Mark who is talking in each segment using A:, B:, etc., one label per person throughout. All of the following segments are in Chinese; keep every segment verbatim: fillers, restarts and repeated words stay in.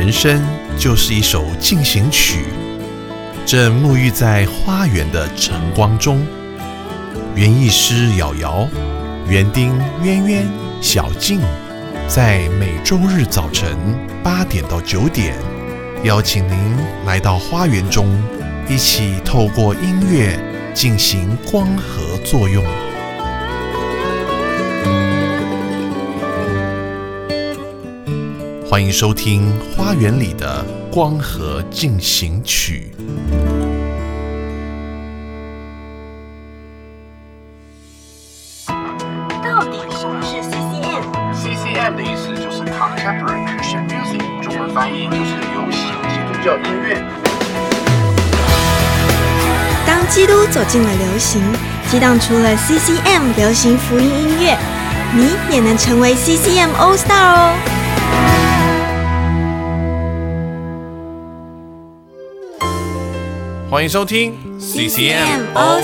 A: 人生就是一首进行曲，正沐浴在花园的晨光中。园艺师瑶瑶、园丁渊渊、小静，在每周日早晨八点到九点，邀请您来到花园中，一起透过音乐进行光合作用。欢迎收听《花园里的光合进行曲》。
B: 到底什么是 C C M？C
C: C M 的意思就是 Contemporary Christian Music， 中文翻译就是流行基督教音乐。
B: 当基督走进了流行，激荡出了 C C M 流行福音音乐，你也能成为 C C M All Star 哦！
A: 欢迎收听 C C M All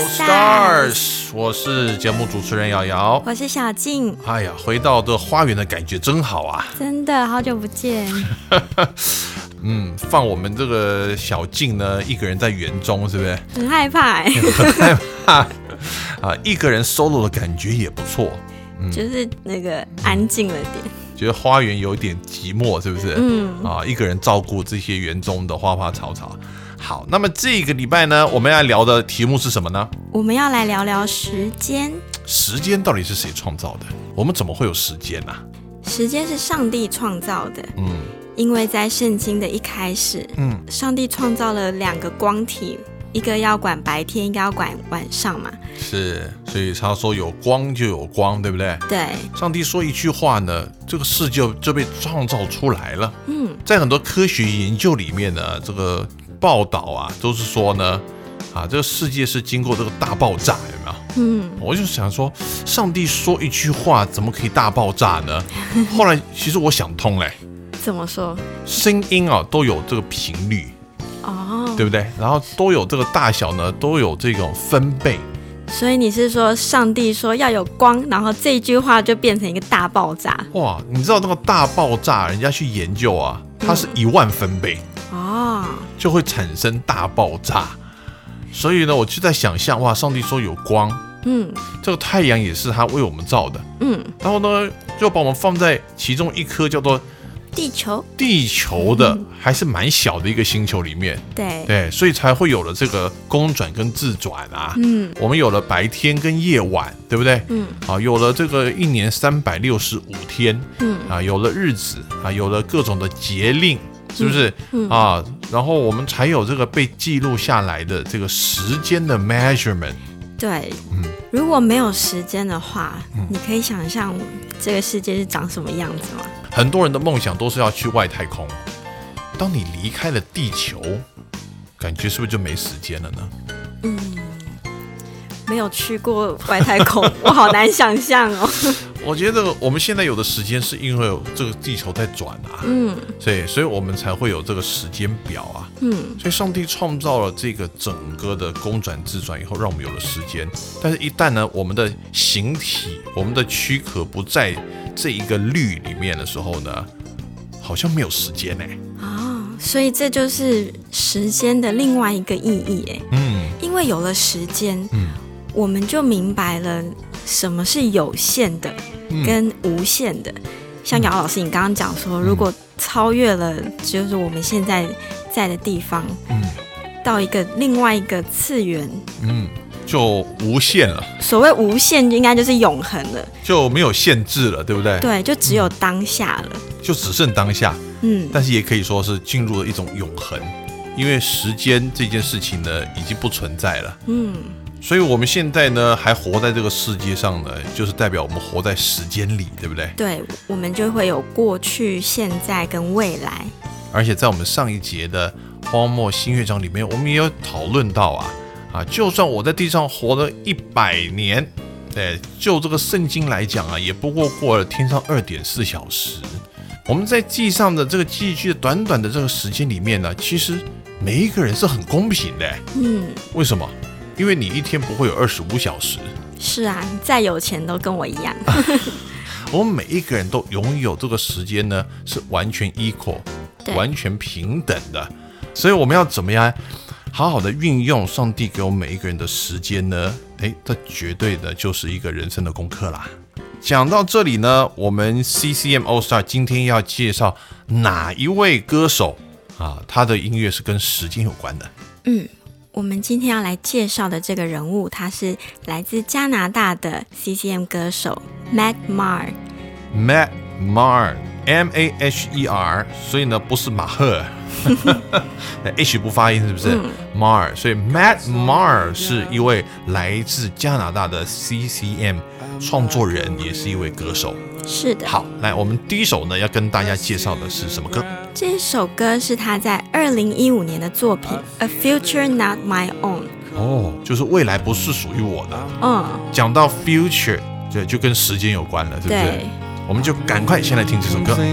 A: Stars， 我是节目主持人瑶瑶，
B: 我是小静。
A: 哎呀，回到这花园的感觉真好啊！
B: 真的好久不见。
A: 嗯，放我们这个小静呢，一个人在园中，是不是？
B: 很害怕哎、欸，
A: 很害怕啊！一个人 solo 的感觉也不错，
B: 嗯，就是那个安静了点，
A: 觉得花园有点寂寞，是不是？
B: 嗯
A: 啊，一个人照顾这些园中的花花草草。好，那么这个礼拜呢，我们要聊的题目是什么呢？
B: 我们要来聊聊时间。
A: 时间到底是谁创造的？我们怎么会有时间啊？
B: 时间是上帝创造的。
A: 嗯，
B: 因为在圣经的一开始，嗯，上帝创造了两个光体，一个要管白天，一个要管晚上嘛。
A: 是，所以他说有光就有光，对不对？
B: 对。
A: 上帝说一句话呢，这个世界就被创造出来了。嗯，在很多科学研究里面呢，这个报道啊，都是说呢，啊，这个世界是经过这个大爆炸，有没有？嗯，我就想说，上帝说一句话，怎么可以大爆炸呢？后来其实我想通嘞。
B: 怎么说？
A: 声音啊都有这个频率，哦，对不对？然后都有这个大小呢，都有这种分贝。
B: 所以你是说，上帝说要有光，然后这一句话就变成一个大爆炸？
A: 哇，你知道那个大爆炸，人家去研究啊，它是一万分贝。嗯
B: 哦，
A: 就会产生大爆炸，所以呢，我就在想象，哇，上帝说有光，嗯，这个太阳也是他为我们造的，嗯，然后呢，就把我们放在其中一颗叫做
B: 地球，
A: 地球的、嗯、还是蛮小的一个星球里面，
B: 对
A: 对，所以才会有了这个公转跟自转啊，嗯，我们有了白天跟夜晚，对不对？嗯，啊，有了这个一年三百六十五天，嗯，啊，有了日子啊，有了各种的节令。是不是、嗯嗯、啊？然后我们才有这个被记录下来的这个时间的 measurement。
B: 对，嗯，如果没有时间的话、嗯，你可以想象这个世界是长什么样子吗？
A: 很多人的梦想都是要去外太空。当你离开了地球，感觉是不是就没时间了呢？
B: 嗯，没有去过外太空，我好难想象哦。
A: 我觉得我们现在有的时间是因为有这个地球在转啊，嗯，所以所以我们才会有这个时间表啊，嗯，所以上帝创造了这个整个的公转自转以后，让我们有了时间。但是，一旦呢，我们的形体、我们的躯壳不在这一个律里面的时候呢，好像没有时间呢、欸。
B: 哦，所以这就是时间的另外一个意义，哎，嗯，因为有了时间，嗯，我们就明白了什么是有限的。跟无限的，像姚老师你刚刚讲说，如果超越了就是我们现在在的地方，嗯，到一个另外一个次元，
A: 嗯，就无限了。
B: 所谓无限，应该就是永恒了，
A: 就没有限制了，对不对？
B: 对，就只有当下了，
A: 就只剩当下，嗯，但是也可以说是进入了一种永恒，因为时间这件事情呢，已经不存在了，嗯。所以我们现在呢还活在这个世界上呢，就是代表我们活在时间里，对不对？
B: 对，我们就会有过去、现在跟未来。
A: 而且在我们上一节的荒漠新乐章里面，我们也有讨论到啊啊，就算我在地上活了一百年，对，就这个圣经来讲啊，也不过过了天上二点四小时。我们在地上的这个寄居的短短的这个时间里面呢，其实每一个人是很公平的。嗯，为什么？因为你一天不会有二十五小时。
B: 是啊，再有钱都跟我一样。
A: 我们每一个人都拥有这个时间呢，是完全 equal。
B: 对，
A: 完全平等的。所以我们要怎么样好好的运用上帝给我们每一个人的时间呢？诶，这绝对的就是一个人生的功课啦。讲到这里呢，我们 C C M All Star 今天要介绍哪一位歌手啊？他的音乐是跟时间有关的。
B: 嗯，我们今天要来介绍的这个人物，他是来自加拿大的 C C M 歌手 Matt Maher。Matt
A: Maher，M A H E R， 所以呢不是马赫，H 不发音是不是、嗯、？Maher， 所以 Matt Maher 是一位来自加拿大的 C C M 创作人，也是一位歌手。
B: 是的。
A: 好，来，我们第一首呢要跟大家介绍的是什么歌？
B: 这首歌是他在二零一五年的作品《A Future Not My Own》。
A: 哦，就是未来不是属于我的。
B: 嗯，
A: 讲到 future， 就就跟时间有关了，对不对？
B: 对。
A: 我们就赶快先来听这首歌。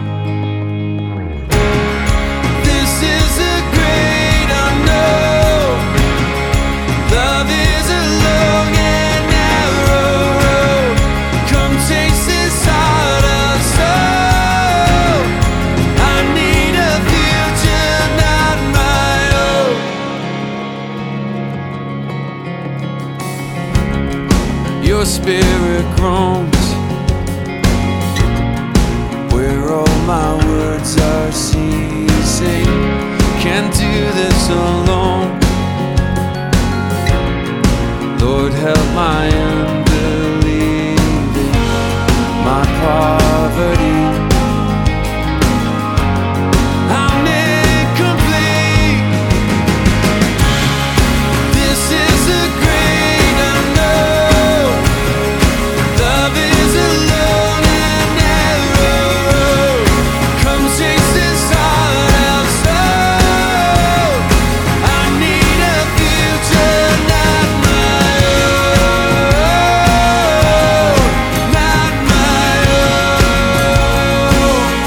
D: Your spirit groans where all my words are ceasing. Can't do this alone. Lord, help my unbelieving, my poverty. I'm incomplete. This is a great unknown. Love is a long and narrow road. Come chase this heart out slow. I need a future, not my own, not my own.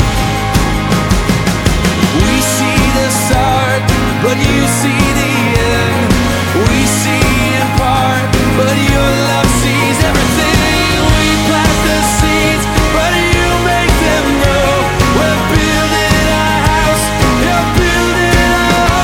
D: We see the start, but you see the end. We see in part, but your love sees everything. We plant the seeds, but you make them grow. We're building our house, you're building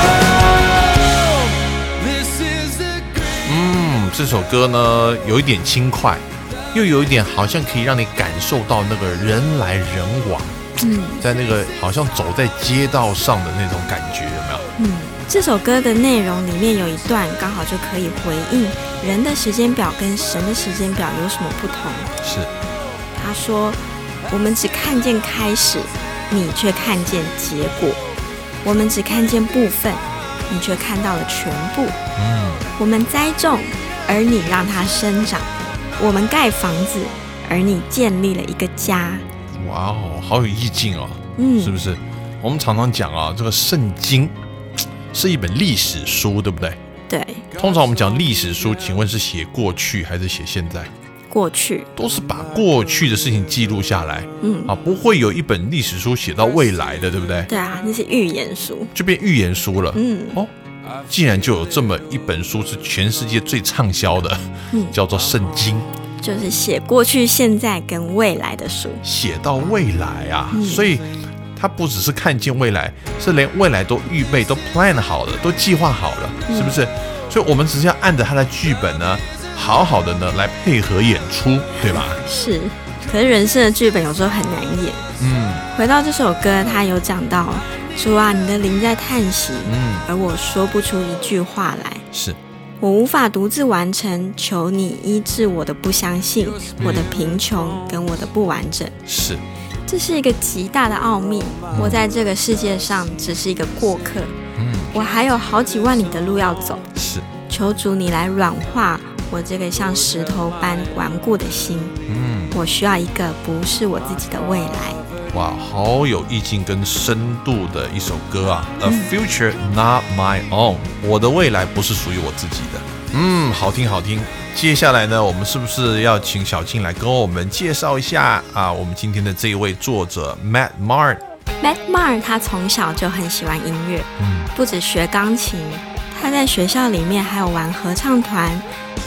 D: our home. This is the great.
A: 嗯，这首歌呢有一点轻快，又有一点好像可以让你感受到那个人来人往，嗯，在那个好像走在街道上的那种感觉，有没有？
B: 嗯，这首歌的内容里面有一段刚好就可以回应人的时间表跟神的时间表有什么不同。
A: 是，
B: 他说我们只看见开始，你却看见结果；我们只看见部分，你却看到了全部。嗯，我们栽种，而你让它生长；我们盖房子，而你建立了一个家。
A: 哇哦，好有意境哦，
B: 嗯，
A: 是不是？我们常常讲啊，这个圣经是一本历史书，对不对？
B: 对。
A: 通常我们讲历史书，请问是写过去还是写现在？
B: 过去。都
A: 是把过去的事情记录下来，嗯啊，不会有一本历史书写到未来的，对不对？
B: 对啊，那是预言书，
A: 就变预言书了。
B: 嗯，
A: 哦，既然就有这么一本书是全世界最畅销的，嗯，叫做圣经。
B: 就是写过去、现在跟未来的书，
A: 写到未来啊，嗯、所以它不只是看见未来，是连未来都预备、都 plan 好了、都计划好了，嗯、是不是？所以我们只是要按着它的剧本呢，好好的呢来配合演出，对吧？
B: 是，可是人生的剧本有时候很难演。嗯，回到这首歌，他有讲到说啊，你的灵在叹息，嗯，而我说不出一句话来。
A: 是。
B: 我无法独自完成，求你医治我的不相信，我的贫穷跟我的不完整。
A: 是，
B: 这是一个极大的奥秘。我在这个世界上只是一个过客，嗯，我还有好几万里的路要走。
A: 是，
B: 求主你来软化我这个像石头般顽固的心。嗯，我需要一个不是我自己的未来。
A: 哇，好有意境跟深度的一首歌啊 ！A future not my own， 我的未来不是属于我自己的。嗯，好听好听。接下来呢，我们是不是要请小静来跟我们介绍一下啊？我们今天的这一位作者 Matt Maher。Matt
B: Maher 他从小就很喜欢音乐，嗯，不只学钢琴，他在学校里面还有玩合唱团，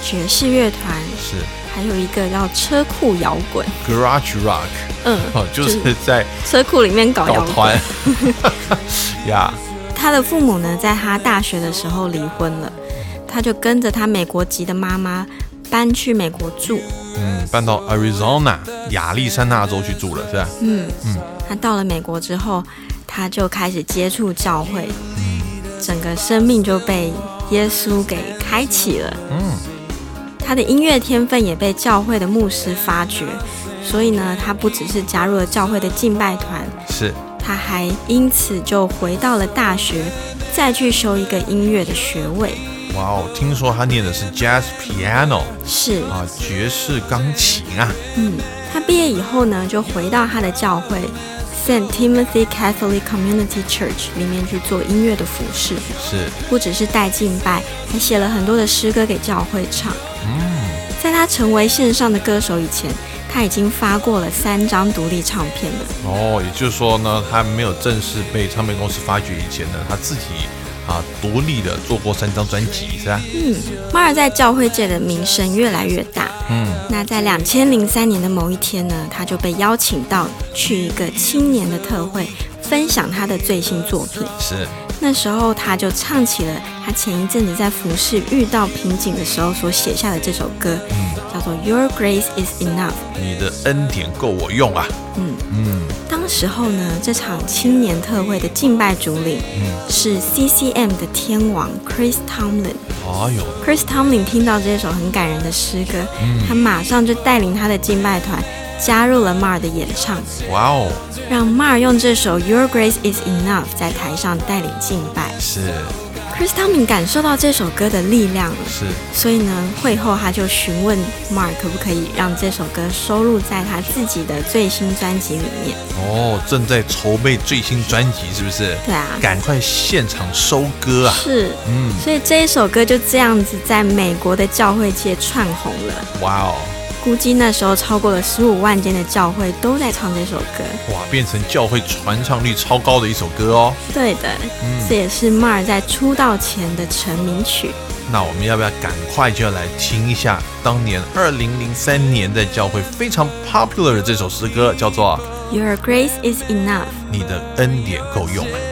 B: 爵士乐团，
A: 是，
B: 还有一个叫车库摇滚
A: Garage Rock，
B: 嗯，
A: 哦，就是在
B: 车库里面搞摇滚
A: 呀。
B: 他的父母呢，在他大学的时候离婚了，他就跟着他美国籍的妈妈搬去美国住，
A: 嗯，搬到 Arizona 亚利桑那州去住了，是吧？
B: 嗯嗯，他到了美国之后，他就开始接触教会，嗯，整个生命就被耶稣给开启了，嗯，他的音乐天分也被教会的牧师发掘，所以呢，他不只是加入了教会的敬拜团，
A: 是。
B: 他还因此就回到了大学，再去修一个音乐的学位。
A: 哇哦，听说他念的是 Jazz Piano，
B: 是
A: 啊，爵士钢琴啊。
B: 嗯，他毕业以后呢，就回到他的教会 Saint Timothy Catholic Community Church 里面去做音乐的服事。
A: 是，
B: 不只是带敬拜，还写了很多的诗歌给教会唱。嗯，在他成为线上的歌手以前，他已经发过了三张独立唱片了。哦，
A: 也就是说呢，他没有正式被唱片公司发掘以前呢，他自己啊独立的做过三张专辑，是吧？嗯，
B: 马尔在教会界的名声越来越大。嗯，那在两千零三年的某一天呢，他就被邀请到去一个青年的特会，分享他的最新作品。
A: 是。
B: 那时候他就唱起了他前一阵子在服事遇到瓶颈的时候所写下的这首歌，嗯，叫做 Your Grace is Enough，
A: 你的恩典够我用啊。
B: 嗯嗯，当时候呢，这场青年特会的敬拜主领、嗯、是 C C M 的天王 Chris Tomlin。
A: 哎呦
B: Chris Tomlin 听到这首很感人的诗歌、嗯、他马上就带领他的敬拜团加入了 Mar 的演唱。
A: 哇哦，
B: 让 Mar 用这首 Your Grace is Enough 在台上带领敬拜。
A: 是
B: Chris Tomlin 感受到这首歌的力量了，
A: 是，
B: 所以呢，会后他就询问 Mar 可不可以让这首歌收录在他自己的最新专辑里面。
A: 哦，正在筹备最新专辑是不是？
B: 对啊，
A: 赶快现场收歌啊！
B: 是，嗯，所以这一首歌就这样子在美国的教会界窜红了。
A: 哇哦！
B: 估计那时候超过了十五万间的教会都在唱这首歌，
A: 哇，变成教会传唱率超高的一首歌哦。
B: 对的，嗯、这也是 Mar 在出道前的成名曲。
A: 那我们要不要赶快就要来听一下当年二零零三年在教会非常 popular 的这首诗歌，叫做
B: Your Grace is Enough，
A: 你的恩典够用啊。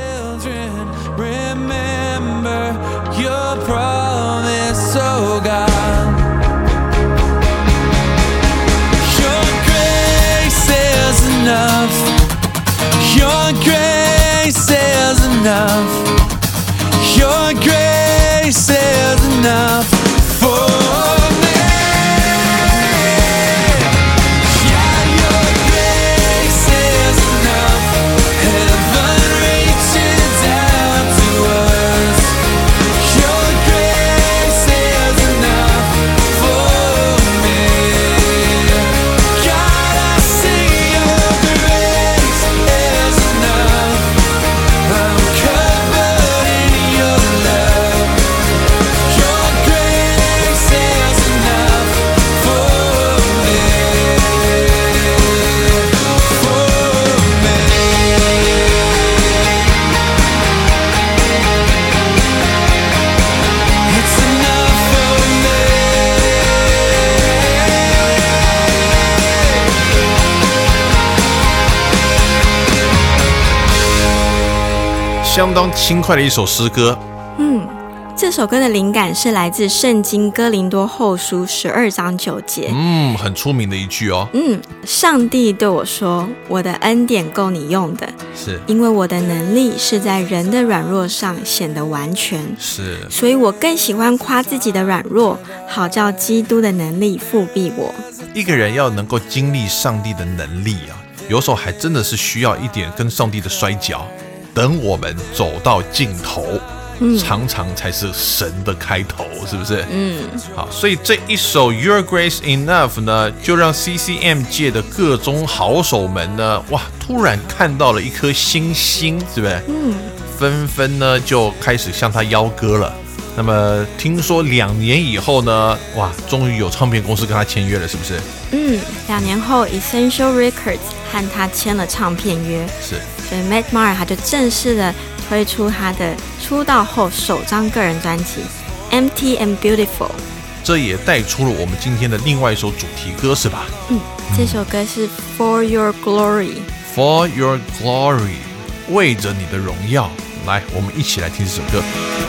D: Remember your promise, oh God. Enough. Your grace is enough. Your grace is enough for me. Yeah, your grace is enough. Heaven reaches out to us. Your grace is enough for me. God, I see.
A: 相当轻快的一首诗歌。
B: 嗯，这首歌的灵感是来自圣经哥林多后书十二章九节。
A: 嗯，很出名的一句哦。
B: 嗯，上帝对我说，我的恩典够你用的，
A: 是
B: 因为我的能力是在人的软弱上显得完全。
A: 是，
B: 所以我更喜欢夸自己的软弱，好叫基督的能力复庇我。
A: 一个人要能够经历上帝的能力啊，有时候还真的是需要一点跟上帝的摔跤。等我们走到尽头、嗯、常常才是神的开头，是不是？嗯，好，所以这一首 Your Grace Enough 呢，就让 C C M 界的各中好手们呢，哇，突然看到了一颗星星，是不是？嗯，纷纷呢就开始向他邀歌了。那么听说两年以后呢，哇，终于有唱片公司跟他签约了，是不是？
B: 嗯，两年后 Essential Records 和他签了唱片约，
A: 是，
B: 所以 Matt Mar 他就正式的推出他的出道后首张个人专辑 Empty and Beautiful。
A: 这也带出了我们今天的另外一首主题歌，是吧？
B: 嗯，这首歌是 For Your Glory。For
A: Your Glory， 为着你的荣耀。来，我们一起来听这首歌。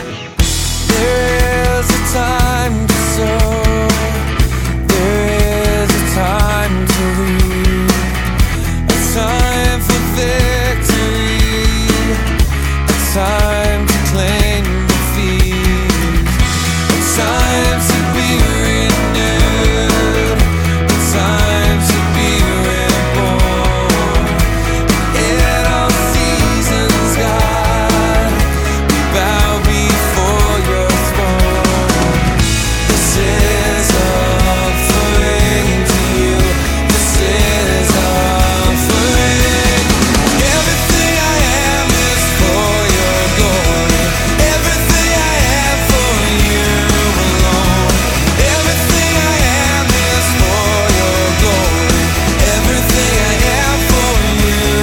D: There is a time to sow, there is a time to reap, a time for victory, a time to claim defeat, a time to be renewed, a time to be reborn. In all seasons, God, we bow before your throne. This is offering to you. This is offering. Everything I am is for your glory. Everything I am for you alone. Everything I am is for your glory. Everything I am for you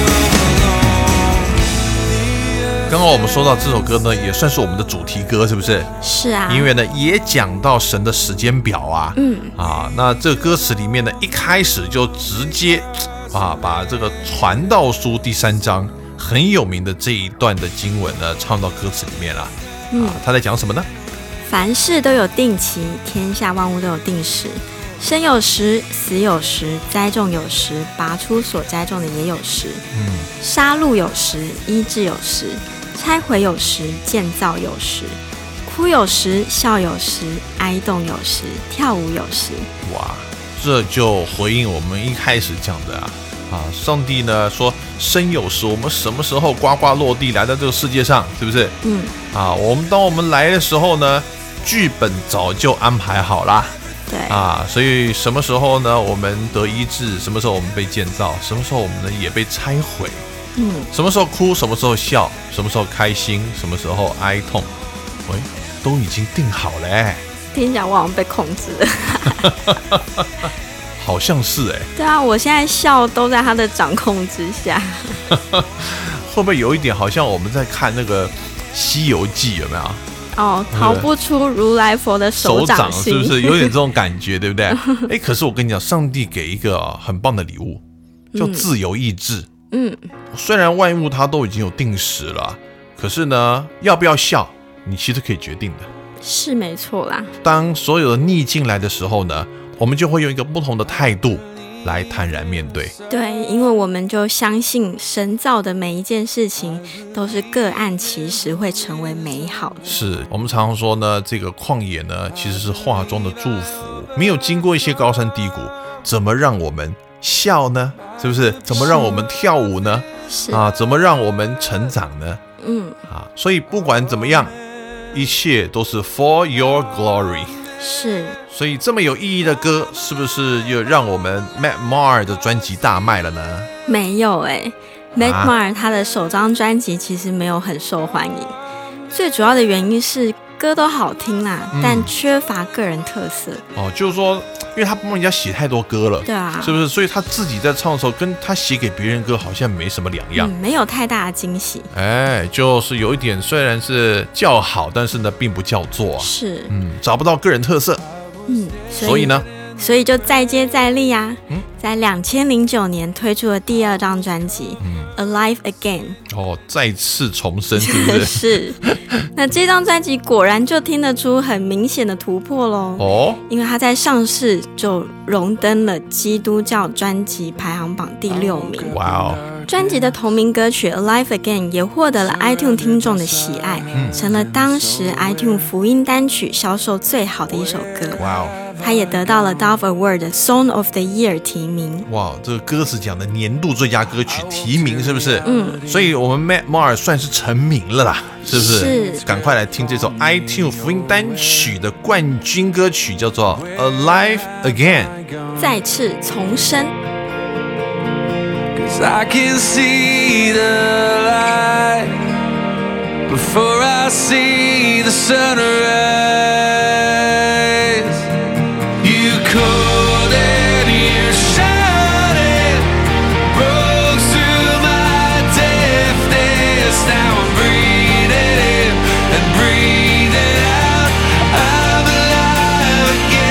D: alone.
A: 刚刚我们说到这首歌呢，也算是我们的主题歌，是不是？
B: 是啊，
A: 因为呢，也讲到神的时间表啊，嗯啊，那这个歌词里面呢，一开始就直接啊，把这个传道书第三章很有名的这一段的经文呢，唱到歌词里面了。嗯，啊，他在讲什么呢？
B: 凡事都有定期，天下万物都有定时。生有时，死有时，栽种有时，拔出所栽种的也有时。嗯，杀戮有时，医治有时，拆毁有时，建造有时，哭有时，笑有时，哀动有时，跳舞有时。
A: 哇，这就回应我们一开始讲的啊啊！上帝呢说生有时，我们什么时候呱呱落地来到这个世界上，是不是？嗯啊，我们当我们来的时候呢，剧本早就安排好啦。
B: 对
A: 啊，所以什么时候呢，我们得医治；什么时候我们被建造；什么时候我们呢也被拆毁。嗯，什么时候哭，什么时候笑，什么时候开心，什么时候哀痛，喂，都已经定好了欸。
B: 听讲我好像被控制了。
A: 好像是哎、欸。
B: 对啊，我现在笑都在他的掌控之下。
A: 会不会有一点好像我们在看那个《西游记》，有没有？
B: 哦，逃不出如来佛的手掌心，
A: 手掌是不是有点这种感觉，对不对？哎，可是我跟你讲，上帝给一个很棒的礼物，叫自由意志。嗯，虽然万物它都已经有定时了，可是呢，要不要笑，你其实可以决定的。
B: 是没错啦。
A: 当所有的逆境来的时候呢，我们就会用一个不同的态度来坦然面对。
B: 对，因为我们就相信神造的每一件事情都是各按其时会成为美好的。
A: 是我们常常说呢，这个旷野呢其实是画中的祝福，没有经过一些高山低谷，怎么让我们笑呢？是不是？怎么让我们跳舞呢？
B: 是
A: 啊，怎么让我们成长呢？嗯啊，所以不管怎么样，一切都是 for your glory。
B: 是，
A: 所以这么有意义的歌，是不是又让我们 Matt Maher 的专辑大卖了呢？
B: 没有哎、欸、，Matt Maher 他的首张专辑其实没有很受欢迎，最主要的原因是歌都好听啦，嗯、但缺乏个人特色。哦，
A: 就是说，因为他帮人家写太多歌了，
B: 对啊，
A: 是不是？所以他自己在唱的时候，跟他写给别人歌好像没什么两样，
B: 嗯、没有太大的惊喜。
A: 哎，就是有一点，虽然是叫好，但是呢，并不叫座、啊，是，嗯，找不到个人特色，嗯，所以, 所以呢？
B: 所以就再接再厉啊！嗯、在两千零九年推出了第二张专辑《Alive Again》。
A: 哦，再次重生，是不是？
B: 是。那这张专辑果然就听得出很明显的突破咯。哦，因为它在上市就荣登了基督教专辑排行榜第六名。
A: 哇哦！
B: 专辑的同名歌曲《Alive Again》也获得了 iTunes 听众的喜爱，嗯、成了当时 iTunes 福音单曲销售最好的一首歌。哇哦！它也得到了 Dove Award 的 Song of the Year 提名。
A: 哇，这个歌词讲的年度最佳歌曲提名，是不是？嗯，所以我们 Matt Maher 算是成名了啦，是不是？
B: 是。
A: 赶快来听这首 iTunes 福音单曲的冠军歌曲，叫做 Alive Again，
B: 再次重生。
D: 'Cause I can see the light before I see the sun rise.You called and you shouted, broke through my deafness. Now I'm breathing in and breathing out. I'm alive again.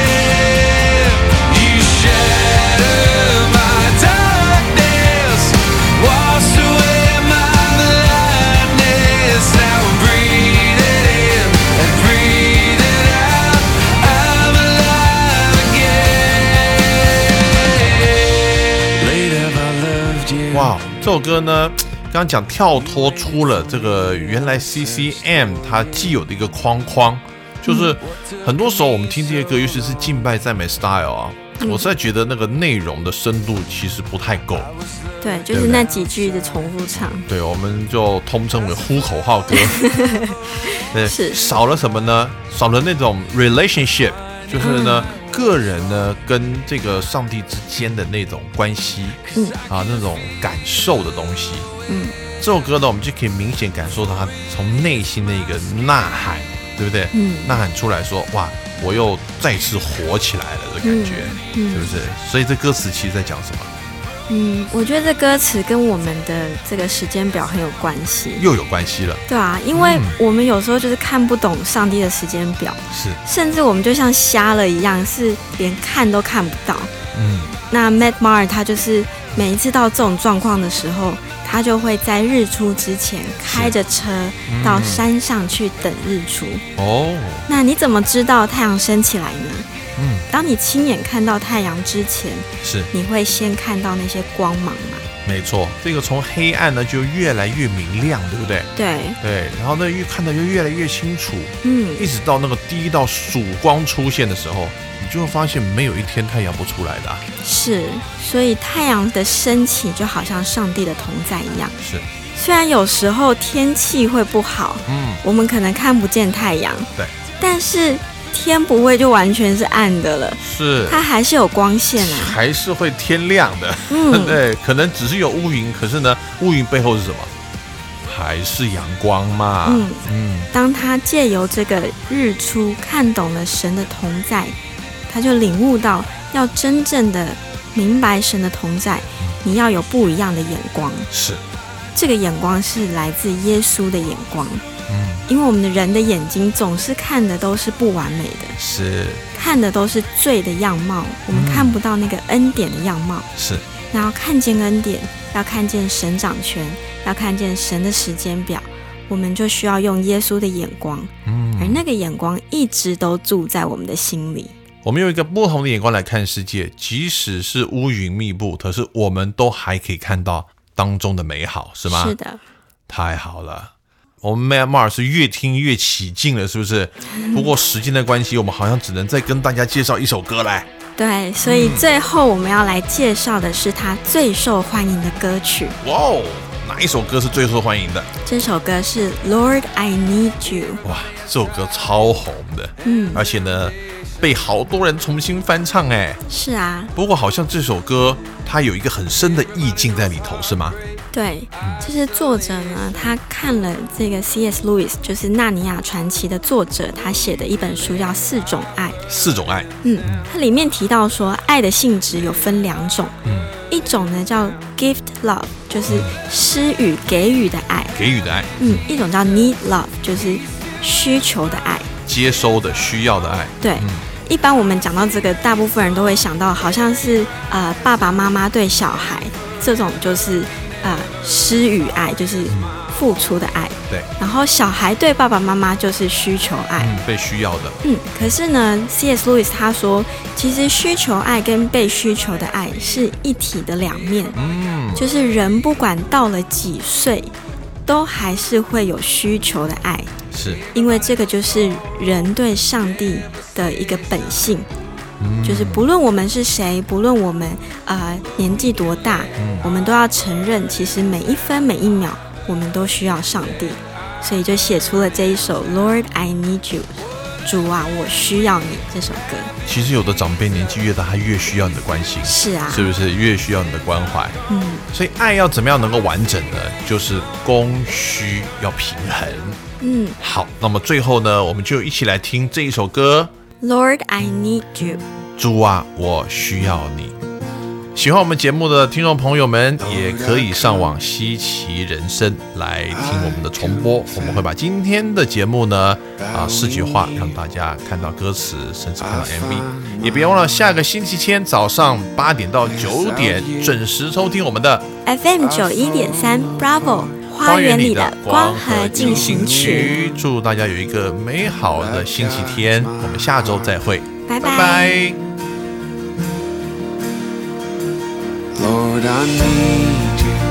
A: 这首歌呢，刚刚讲跳脱出了这个原来 C C M 它既有的一个框框，就是很多时候我们听这些歌，尤其是敬拜赞美 style 啊，嗯、我实在觉得那个内容的深度其实不太够。
B: 对，就是那几句的重复唱。
A: 对，我们就通称为呼口号歌。对，是少了什么呢？少了那种 relationship， 就是呢。嗯个人呢跟这个上帝之间的那种关系，嗯啊那种感受的东西，嗯，这首歌呢我们就可以明显感受到他从内心的一个呐喊，对不对？嗯，呐喊出来说哇，我又再次活起来了的感觉，嗯，是不是？所以这歌词其实在讲什么？
B: 嗯，我觉得这歌词跟我们的这个时间表很有关系，
A: 又有关系了。对
B: 啊，因为我们有时候就是看不懂上帝的时间表，是，甚至我们就像瞎了一样，是连看都看不到。嗯，那 Matt Maher 他就是每一次到这种状况的时候，他就会在日出之前开着车到山上去等日出。哦，那你怎么知道太阳升起来呢？嗯，当你亲眼看到太阳之前，是你会先看到那些光芒吗？
A: 没错，这个从黑暗呢就越来越明亮，对不对？
B: 对
A: 对，然后呢越看到就越来越清楚，嗯，一直到那个第一道曙光出现的时候，你就会发现没有一天太阳不出来的、啊。
B: 是，所以太阳的升起就好像上帝的同在一样。
A: 是，
B: 虽然有时候天气会不好，嗯，我们可能看不见太阳，
A: 对，
B: 但是天不会就完全是暗的了，
A: 是
B: 它还是有光线啊，
A: 还是会天亮的。嗯，对，可能只是有乌云，可是呢，乌云背后是什么？还是阳光嘛。嗯
B: 嗯。当他借由这个日出看懂了神的同在，他就领悟到要真正的明白神的同在，你要有不一样的眼光。
A: 是，
B: 这个眼光是来自耶稣的眼光。嗯，因为我们的人的眼睛总是看的都是不完美的，
A: 是
B: 看的都是罪的样貌，我们看不到那个恩典的样貌。
A: 是，
B: 然后看见恩典，要看见神掌权，要看见神的时间表，我们就需要用耶稣的眼光，嗯，而那个眼光一直都住在我们的心里。
A: 我们用一个不同的眼光来看世界，即使是乌云密布，可是我们都还可以看到当中的美好，是吗？
B: 是的，
A: 太好了。我们 Matt Maher 是越听越起劲了，是不是？不过时间的关系，我们好像只能再跟大家介绍一首歌来。
B: 对，所以最后我们要来介绍的是他最受欢迎的歌曲。
A: 哇哦，哪一首歌是最受欢迎的？
B: 这首歌是 Lord I Need You。
A: 哇，这首歌超红的，嗯，而且呢，被好多人重新翻唱哎。
B: 是啊。
A: 不过好像这首歌它有一个很深的意境在里头，是吗？
B: 对，就是作者呢，他看了这个 C S Lewis， 就是《纳尼亚传奇》的作者，他写的一本书叫《四种爱》。
A: 四种爱，
B: 嗯，它里面提到说，爱的性质有分两种，嗯，一种呢叫 gift love， 就是施予给予的爱，
A: 给予的爱，
B: 嗯，一种叫 need love， 就是需求的爱，
A: 接收的、需要的爱。
B: 对，嗯，一般我们讲到这个，大部分人都会想到，好像是呃爸爸妈妈对小孩这种，就是。呃，施予爱就是付出的爱，
A: 对。
B: 然后小孩对爸爸妈妈就是需求爱，
A: 嗯，被需要的。
B: 嗯，可是呢 ，C S Lewis 他说，其实需求爱跟被需求的爱是一体的两面。嗯，就是人不管到了几岁，都还是会有需求的爱，
A: 是
B: 因为这个就是人对上帝的一个本性。就是不论我们是谁，不论我们呃年纪多大，嗯，我们都要承认，其实每一分每一秒，我们都需要上帝，所以就写出了这一首 Lord I Need You， 主啊，我需要你这首歌。
A: 其实有的长辈年纪越大，他越需要你的关心，
B: 是啊，
A: 是不是越需要你的关怀？嗯，所以爱要怎么样能够完整呢？就是供需要平衡。嗯，好，那么最后呢，我们就一起来听这一首歌。
B: Lord, I need you.
A: 主啊，我需要你。喜欢我们节目的听众朋友们，也可以上网稀奇人生来听我们的重播。我们会把今天的节目呢啊视觉化，让大家看到歌词，甚至看到 M V。也别忘了下个星期天早上八点到九点准时收听我们的
B: F M 九一点三 Bravo。花园里的光和进行曲，
A: 祝大家有一个美好的星期天，我们下周再会，
B: 拜拜。
A: 拜拜。
D: Lord, I need you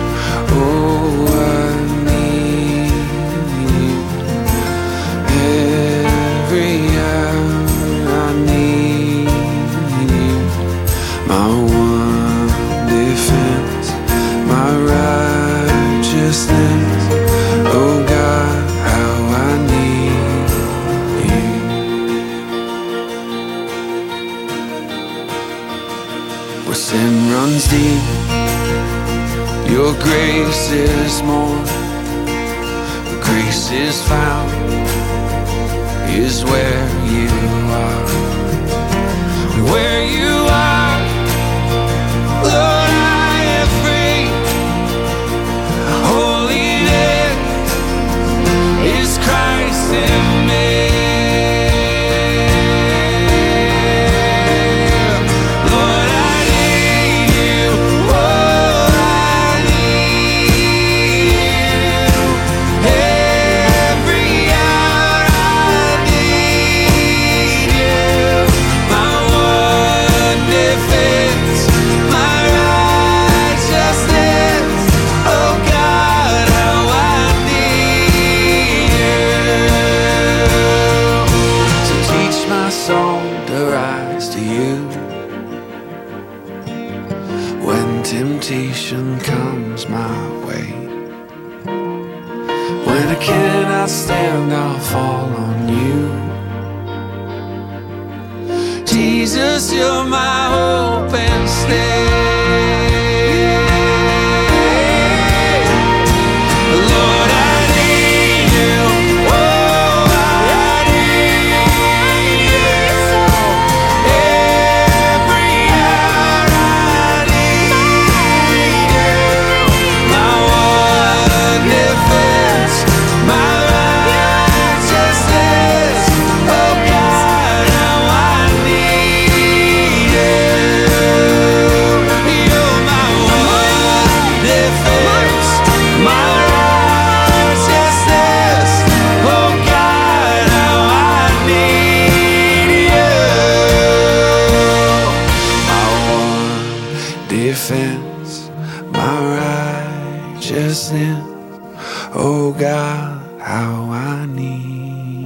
D: Oh, I need you. Every hour I need you. My one defense, my righteousness. Oh God, how I need you. Where sin runs deep, your grace is more. Where grace is found is where you are. Where you are, Lord, I am free. Holiness is Christ in me. Lord, I need you. Oh, I need you. Every hour I need you. My one defense, my righteousness. Oh God, how I need you. So teach my soul to rise to you. When temptation comes my way, when I cannot stand, I'll fall on you. Jesus, you're my hope and stay. Lord, I need you. Oh, I need you. Every hour I need you. My one defense, my righteousness. Oh God, how I need you. You're my one defense, my righteousness. Oh God, how I need you. My one defense, my righteousness. Oh God, how I need